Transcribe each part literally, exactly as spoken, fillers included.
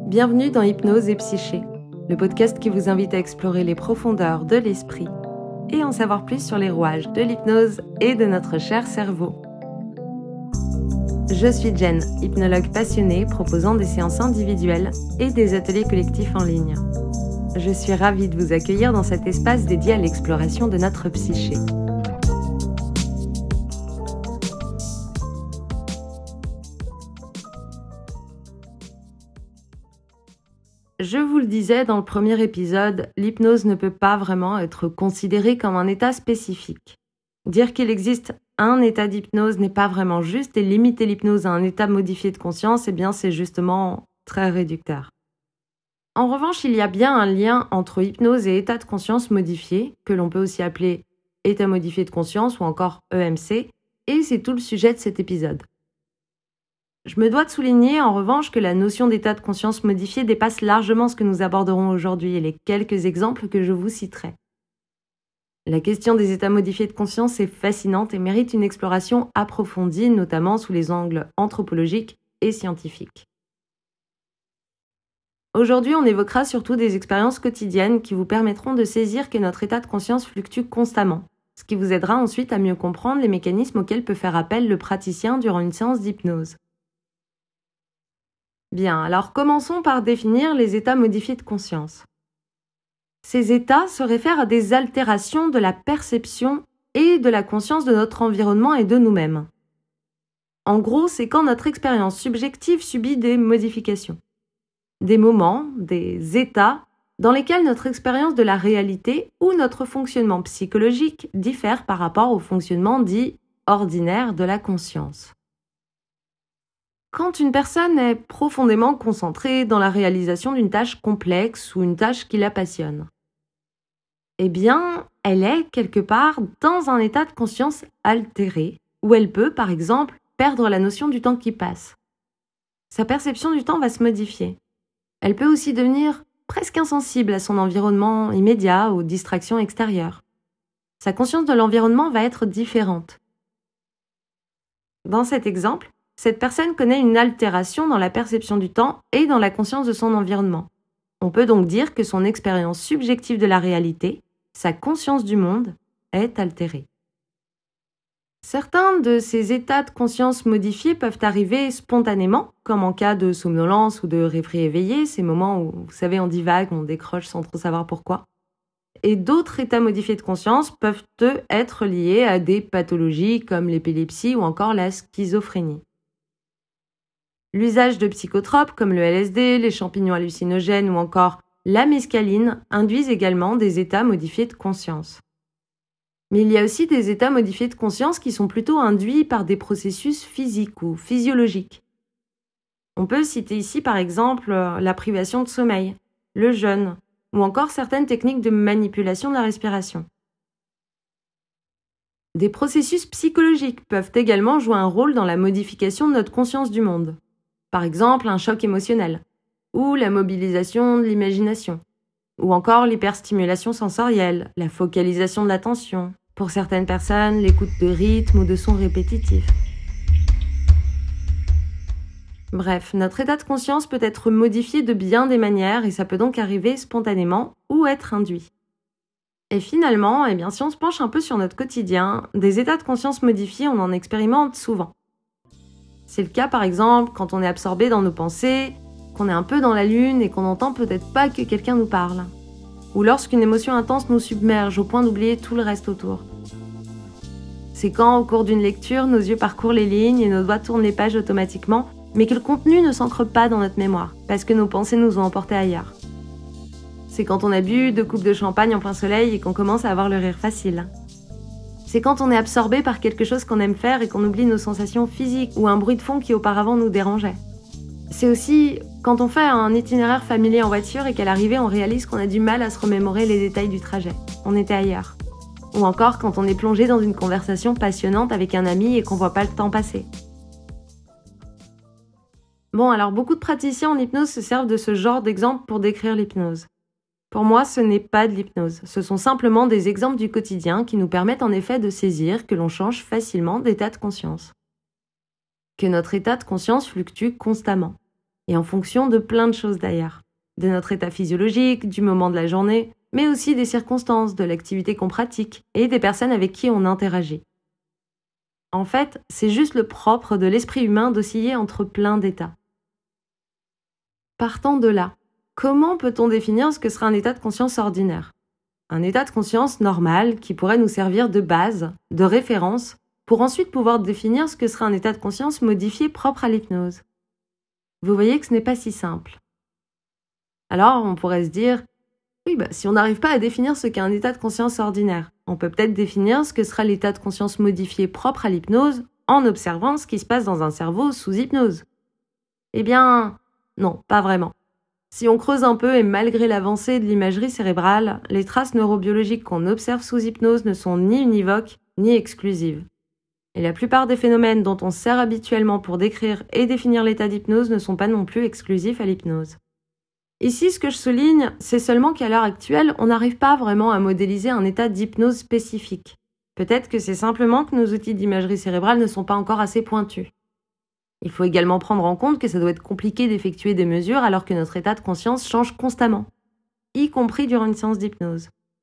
Bienvenue dans Hypnose et Psyché, le podcast qui vous invite à explorer les profondeurs de l'esprit et en savoir plus sur les rouages de l'hypnose et de notre cher cerveau. Je suis Jen, hypnologue passionnée proposant des séances individuelles et des ateliers collectifs en ligne. Je suis ravie de vous accueillir dans cet espace dédié à l'exploration de notre psyché. Je vous le disais dans le premier épisode, l'hypnose ne peut pas vraiment être considérée comme un état spécifique. Dire qu'il existe un état d'hypnose n'est pas vraiment juste et limiter l'hypnose à un état modifié de conscience, eh bien c'est justement très réducteur. En revanche, il y a bien un lien entre hypnose et état de conscience modifié, que l'on peut aussi appeler état modifié de conscience ou encore E M C, et c'est tout le sujet de cet épisode. Je me dois de souligner en revanche que la notion d'état de conscience modifié dépasse largement ce que nous aborderons aujourd'hui et les quelques exemples que je vous citerai. La question des états modifiés de conscience est fascinante et mérite une exploration approfondie, notamment sous les angles anthropologiques et scientifiques. Aujourd'hui, on évoquera surtout des expériences quotidiennes qui vous permettront de saisir que notre état de conscience fluctue constamment, ce qui vous aidera ensuite à mieux comprendre les mécanismes auxquels peut faire appel le praticien durant une séance d'hypnose. Bien, alors commençons par définir les états modifiés de conscience. Ces états se réfèrent à des altérations de la perception et de la conscience de notre environnement et de nous-mêmes. En gros, c'est quand notre expérience subjective subit des modifications. Des moments, des états dans lesquels notre expérience de la réalité ou notre fonctionnement psychologique diffère par rapport au fonctionnement dit ordinaire de la conscience. Quand une personne est profondément concentrée dans la réalisation d'une tâche complexe ou une tâche qui la passionne, eh bien, elle est quelque part dans un état de conscience altéré, où elle peut, par exemple, perdre la notion du temps qui passe. Sa perception du temps va se modifier. Elle peut aussi devenir presque insensible à son environnement immédiat, aux distractions extérieures. Sa conscience de l'environnement va être différente. Dans cet exemple, cette personne connaît une altération dans la perception du temps et dans la conscience de son environnement. On peut donc dire que son expérience subjective de la réalité, sa conscience du monde, est altérée. Certains de ces états de conscience modifiés peuvent arriver spontanément, comme en cas de somnolence ou de rêverie éveillée, ces moments où, vous savez, on divague, on décroche sans trop savoir pourquoi. Et d'autres états modifiés de conscience peuvent, eux, être liés à des pathologies comme l'épilepsie ou encore la schizophrénie. L'usage de psychotropes comme le L S D, les champignons hallucinogènes ou encore la mescaline induisent également des états modifiés de conscience. Mais il y a aussi des états modifiés de conscience qui sont plutôt induits par des processus physiques ou physiologiques. On peut citer ici par exemple la privation de sommeil, le jeûne ou encore certaines techniques de manipulation de la respiration. Des processus psychologiques peuvent également jouer un rôle dans la modification de notre conscience du monde. Par exemple, un choc émotionnel, ou la mobilisation de l'imagination, ou encore l'hyperstimulation sensorielle, la focalisation de l'attention, pour certaines personnes, l'écoute de rythmes ou de sons répétitifs. Bref, notre état de conscience peut être modifié de bien des manières et ça peut donc arriver spontanément ou être induit. Et finalement, eh bien, si on se penche un peu sur notre quotidien, des états de conscience modifiés, on en expérimente souvent. C'est le cas par exemple quand on est absorbé dans nos pensées, qu'on est un peu dans la lune et qu'on n'entend peut-être pas que quelqu'un nous parle. Ou lorsqu'une émotion intense nous submerge au point d'oublier tout le reste autour. C'est quand, au cours d'une lecture, nos yeux parcourent les lignes et nos doigts tournent les pages automatiquement, mais que le contenu ne s'ancre pas dans notre mémoire, parce que nos pensées nous ont emportés ailleurs. C'est quand on a bu deux coupes de champagne en plein soleil et qu'on commence à avoir le rire facile. C'est quand on est absorbé par quelque chose qu'on aime faire et qu'on oublie nos sensations physiques ou un bruit de fond qui auparavant nous dérangeait. C'est aussi quand on fait un itinéraire familier en voiture et qu'à l'arrivée on réalise qu'on a du mal à se remémorer les détails du trajet. On était ailleurs. Ou encore quand on est plongé dans une conversation passionnante avec un ami et qu'on voit pas le temps passer. Bon, alors beaucoup de praticiens en hypnose se servent de ce genre d'exemple pour décrire l'hypnose. Pour moi, ce n'est pas de l'hypnose. Ce sont simplement des exemples du quotidien qui nous permettent en effet de saisir que l'on change facilement d'état de conscience. Que notre état de conscience fluctue constamment. Et en fonction de plein de choses d'ailleurs. De notre état physiologique, du moment de la journée, mais aussi des circonstances, de l'activité qu'on pratique et des personnes avec qui on interagit. En fait, c'est juste le propre de l'esprit humain d'osciller entre plein d'états. Partant de là, comment peut-on définir ce que serait un état de conscience ordinaire ? Un état de conscience normal qui pourrait nous servir de base, de référence, pour ensuite pouvoir définir ce que serait un état de conscience modifié propre à l'hypnose. Vous voyez que ce n'est pas si simple. Alors, on pourrait se dire, oui, bah, si on n'arrive pas à définir ce qu'est un état de conscience ordinaire, on peut peut-être définir ce que sera l'état de conscience modifié propre à l'hypnose en observant ce qui se passe dans un cerveau sous hypnose. Eh bien, non, pas vraiment. Si on creuse un peu et malgré l'avancée de l'imagerie cérébrale, les traces neurobiologiques qu'on observe sous hypnose ne sont ni univoques ni exclusives. Et la plupart des phénomènes dont on se sert habituellement pour décrire et définir l'état d'hypnose ne sont pas non plus exclusifs à l'hypnose. Ici, ce que je souligne, c'est seulement qu'à l'heure actuelle, on n'arrive pas vraiment à modéliser un état d'hypnose spécifique. Peut-être que c'est simplement que nos outils d'imagerie cérébrale ne sont pas encore assez pointus. Il faut également prendre en compte que ça doit être compliqué d'effectuer des mesures alors que notre état de conscience change constamment, y compris durant une séance d'hypnose.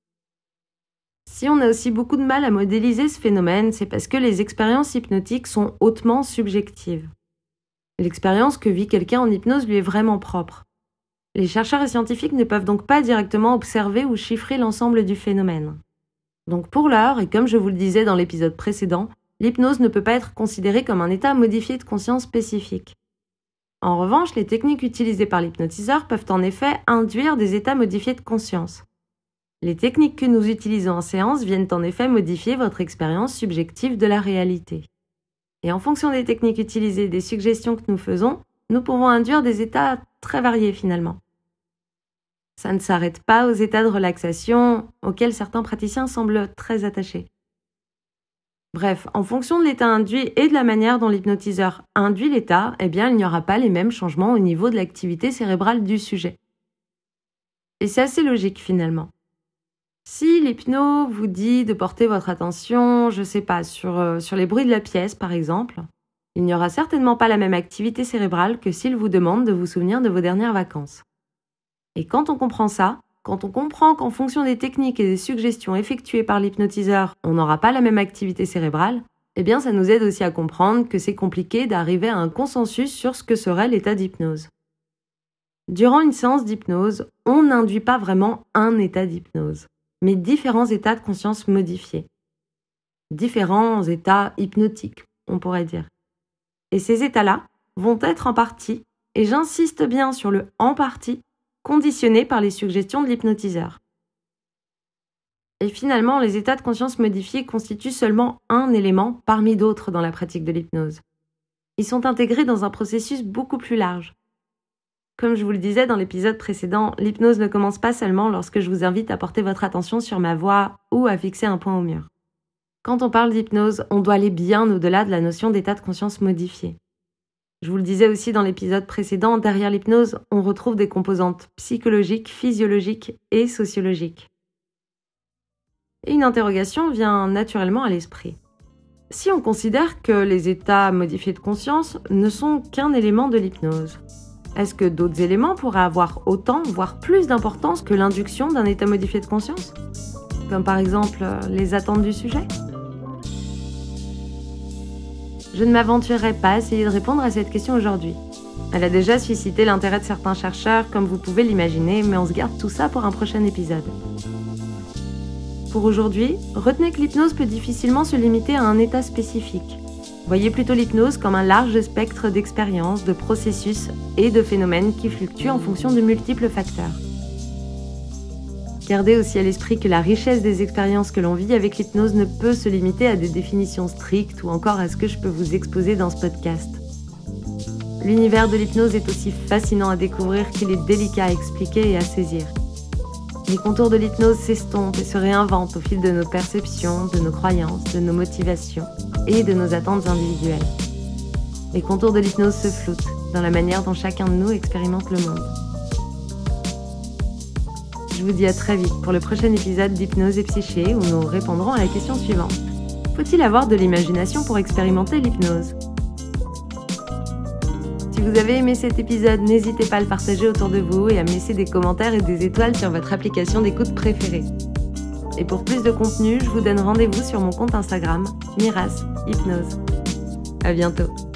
Si on a aussi beaucoup de mal à modéliser ce phénomène, c'est parce que les expériences hypnotiques sont hautement subjectives. L'expérience que vit quelqu'un en hypnose lui est vraiment propre. Les chercheurs et scientifiques ne peuvent donc pas directement observer ou chiffrer l'ensemble du phénomène. Donc pour l'heure, et comme je vous le disais dans l'épisode précédent, l'hypnose ne peut pas être considérée comme un état modifié de conscience spécifique. En revanche, les techniques utilisées par l'hypnotiseur peuvent en effet induire des états modifiés de conscience. Les techniques que nous utilisons en séance viennent en effet modifier votre expérience subjective de la réalité. Et en fonction des techniques utilisées et des suggestions que nous faisons, nous pouvons induire des états très variés finalement. Ça ne s'arrête pas aux états de relaxation auxquels certains praticiens semblent très attachés. Bref, en fonction de l'état induit et de la manière dont l'hypnotiseur induit l'état, eh bien, il n'y aura pas les mêmes changements au niveau de l'activité cérébrale du sujet. Et c'est assez logique finalement. Si l'hypno vous dit de porter votre attention, je sais pas, sur, euh, sur les bruits de la pièce par exemple, il n'y aura certainement pas la même activité cérébrale que s'il vous demande de vous souvenir de vos dernières vacances. Et quand on comprend ça, quand on comprend qu'en fonction des techniques et des suggestions effectuées par l'hypnotiseur, on n'aura pas la même activité cérébrale, eh bien ça nous aide aussi à comprendre que c'est compliqué d'arriver à un consensus sur ce que serait l'état d'hypnose. Durant une séance d'hypnose, on n'induit pas vraiment un état d'hypnose, mais différents états de conscience modifiés. Différents états hypnotiques, on pourrait dire. Et ces états-là vont être en partie, et j'insiste bien sur le « en partie », conditionnés par les suggestions de l'hypnotiseur. Et finalement, les états de conscience modifiés constituent seulement un élément parmi d'autres dans la pratique de l'hypnose. Ils sont intégrés dans un processus beaucoup plus large. Comme je vous le disais dans l'épisode précédent, l'hypnose ne commence pas seulement lorsque je vous invite à porter votre attention sur ma voix ou à fixer un point au mur. Quand on parle d'hypnose, on doit aller bien au-delà de la notion d'état de conscience modifié. Je vous le disais aussi dans l'épisode précédent, derrière l'hypnose, on retrouve des composantes psychologiques, physiologiques et sociologiques. Et une interrogation vient naturellement à l'esprit. Si on considère que les états modifiés de conscience ne sont qu'un élément de l'hypnose, est-ce que d'autres éléments pourraient avoir autant, voire plus d'importance que l'induction d'un état modifié de conscience ? Comme par exemple les attentes du sujet ? Je ne m'aventurerai pas à essayer de répondre à cette question aujourd'hui. Elle a déjà suscité l'intérêt de certains chercheurs, comme vous pouvez l'imaginer, mais on se garde tout ça pour un prochain épisode. Pour aujourd'hui, retenez que l'hypnose peut difficilement se limiter à un état spécifique. Voyez plutôt l'hypnose comme un large spectre d'expériences, de processus et de phénomènes qui fluctuent en fonction de multiples facteurs. Gardez aussi à l'esprit que la richesse des expériences que l'on vit avec l'hypnose ne peut se limiter à des définitions strictes ou encore à ce que je peux vous exposer dans ce podcast. L'univers de l'hypnose est aussi fascinant à découvrir qu'il est délicat à expliquer et à saisir. Les contours de l'hypnose s'estompent et se réinventent au fil de nos perceptions, de nos croyances, de nos motivations et de nos attentes individuelles. Les contours de l'hypnose se floutent dans la manière dont chacun de nous expérimente le monde. Je vous dis à très vite pour le prochain épisode d'Hypnose et Psyché où nous répondrons à la question suivante. Faut-il avoir de l'imagination pour expérimenter l'hypnose ? Si vous avez aimé cet épisode, n'hésitez pas à le partager autour de vous et à me laisser des commentaires et des étoiles sur votre application d'écoute préférée. Et pour plus de contenu, je vous donne rendez-vous sur mon compte Instagram, Miras Hypnose. À bientôt.